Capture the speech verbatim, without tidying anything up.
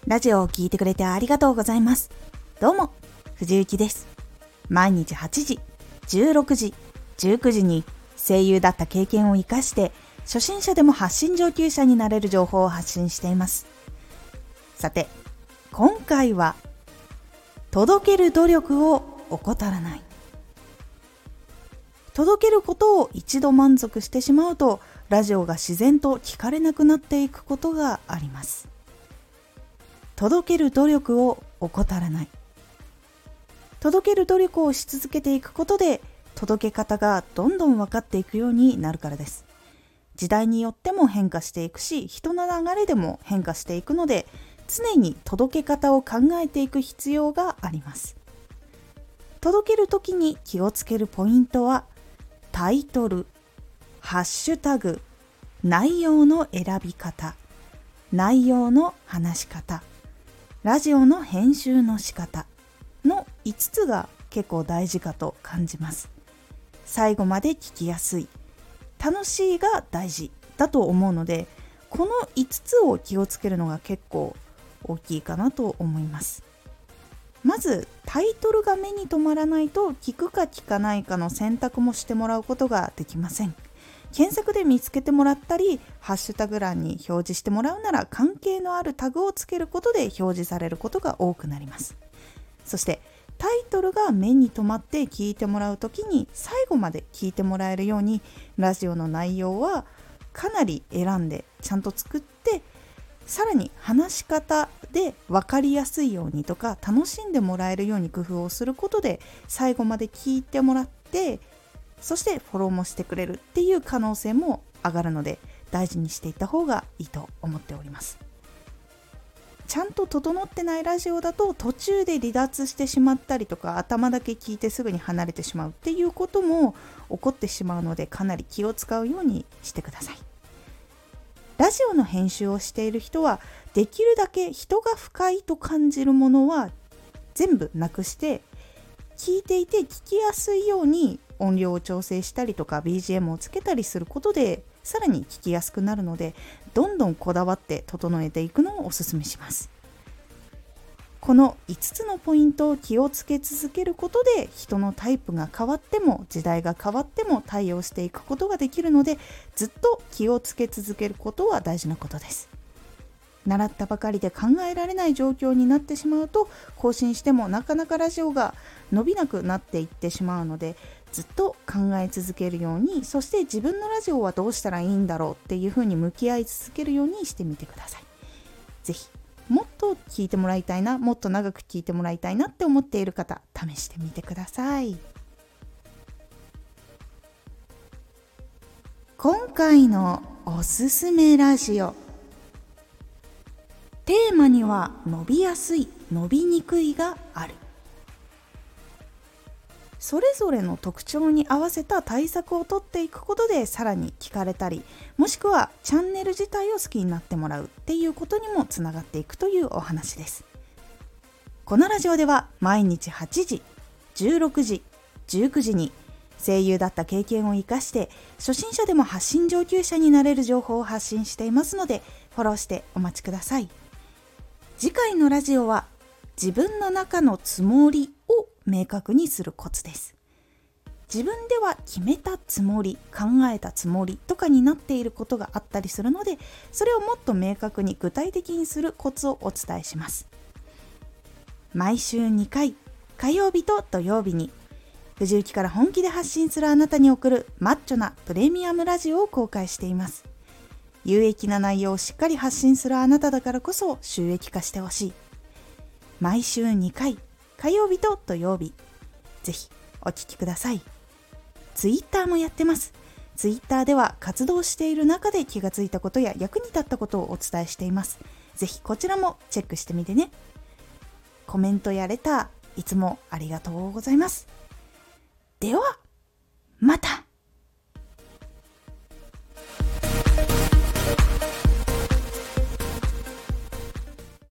ラジオを聞いてくれてありがとうございます。どうも、藤幸です。毎日はちじ、じゅうろくじ、じゅうくじに声優だった経験を生かして初心者でも発信上級者になれる情報を発信しています。さて、今回は届ける努力を怠らない。届けることを一度満足してしまうと、ラジオが自然と聞かれなくなっていくことがあります。届ける努力を怠らない。届ける努力をし続けていくことで、届け方がどんどん分かっていくようになるからです。時代によっても変化していくし、人の流れでも変化していくので、常に届け方を考えていく必要があります。届けるときに気をつけるポイントは、タイトル、ハッシュタグ、内容の選び方、内容の話し方、ラジオの編集の仕方のいつつが結構大事かと感じます。最後まで聞きやすい、楽しいが大事だと思うので、このいつつを気をつけるのが結構大きいかなと思います。まずタイトルが目に留まらないと、聞くか聞かないかの選択もしてもらうことができません。検索で見つけてもらったり、ハッシュタグ欄に表示してもらうなら、関係のあるタグをつけることで表示されることが多くなります。そしてタイトルが目に留まって聞いてもらうときに、最後まで聞いてもらえるように、ラジオの内容はかなり選んでちゃんと作って、さらに話し方で分かりやすいようにとか、楽しんでもらえるように工夫をすることで、最後まで聞いてもらって、そしてフォローもしてくれるっていう可能性も上がるので、大事にしていった方がいいと思っております。ちゃんと整ってないラジオだと、途中で離脱してしまったりとか、頭だけ聞いてすぐに離れてしまうっていうことも起こってしまうので、かなり気を使うようにしてください。ラジオの編集をしている人は、できるだけ人が不快と感じるものは全部なくして、聞いていて聞きやすいように音量を調整したりとか ビージーエム をつけたりすることで、さらに聞きやすくなるので、どんどんこだわって整えていくのをおすすめします。このいつつのポイントを気をつけ続けることで、人のタイプが変わっても時代が変わっても対応していくことができるので、ずっと気をつけ続けることは大事なことです。習ったばかりで考えられない状況になってしまうと、更新してもなかなかラジオが伸びなくなっていってしまうので、ずっと考え続けるように、そして自分のラジオはどうしたらいいんだろうっていうふうに向き合い続けるようにしてみてください。ぜひもっと聞いてもらいたいな、もっと長く聞いてもらいたいなって思っている方、試してみてください。今回のおすすめラジオ、テーマには伸びやすい、伸びにくいがある。それぞれの特徴に合わせた対策を取っていくことで、さらに聞かれたり、もしくはチャンネル自体を好きになってもらうっていうことにもつながっていくというお話です。このラジオでは毎日はちじ、じゅうろくじ、じゅうくじに声優だった経験を生かして初心者でも発信上級者になれる情報を発信していますので、フォローしてお待ちください。次回のラジオは、自分の中のつもりを明確にするコツです。自分では決めたつもり、考えたつもりとかになっていることがあったりするので、それをもっと明確に具体的にするコツをお伝えします。毎週にかい、火曜日と土曜日に、藤雪から本気で発信するあなたに送るマッチョなプレミアムラジオを公開しています。有益な内容をしっかり発信するあなただからこそ収益化してほしい。毎週にかい、火曜日と土曜日、ぜひお聞きください。ツイッターもやってます。ツイッターでは活動している中で気がついたことや役に立ったことをお伝えしています。ぜひこちらもチェックしてみてね。コメントやレター、いつもありがとうございます。では、また。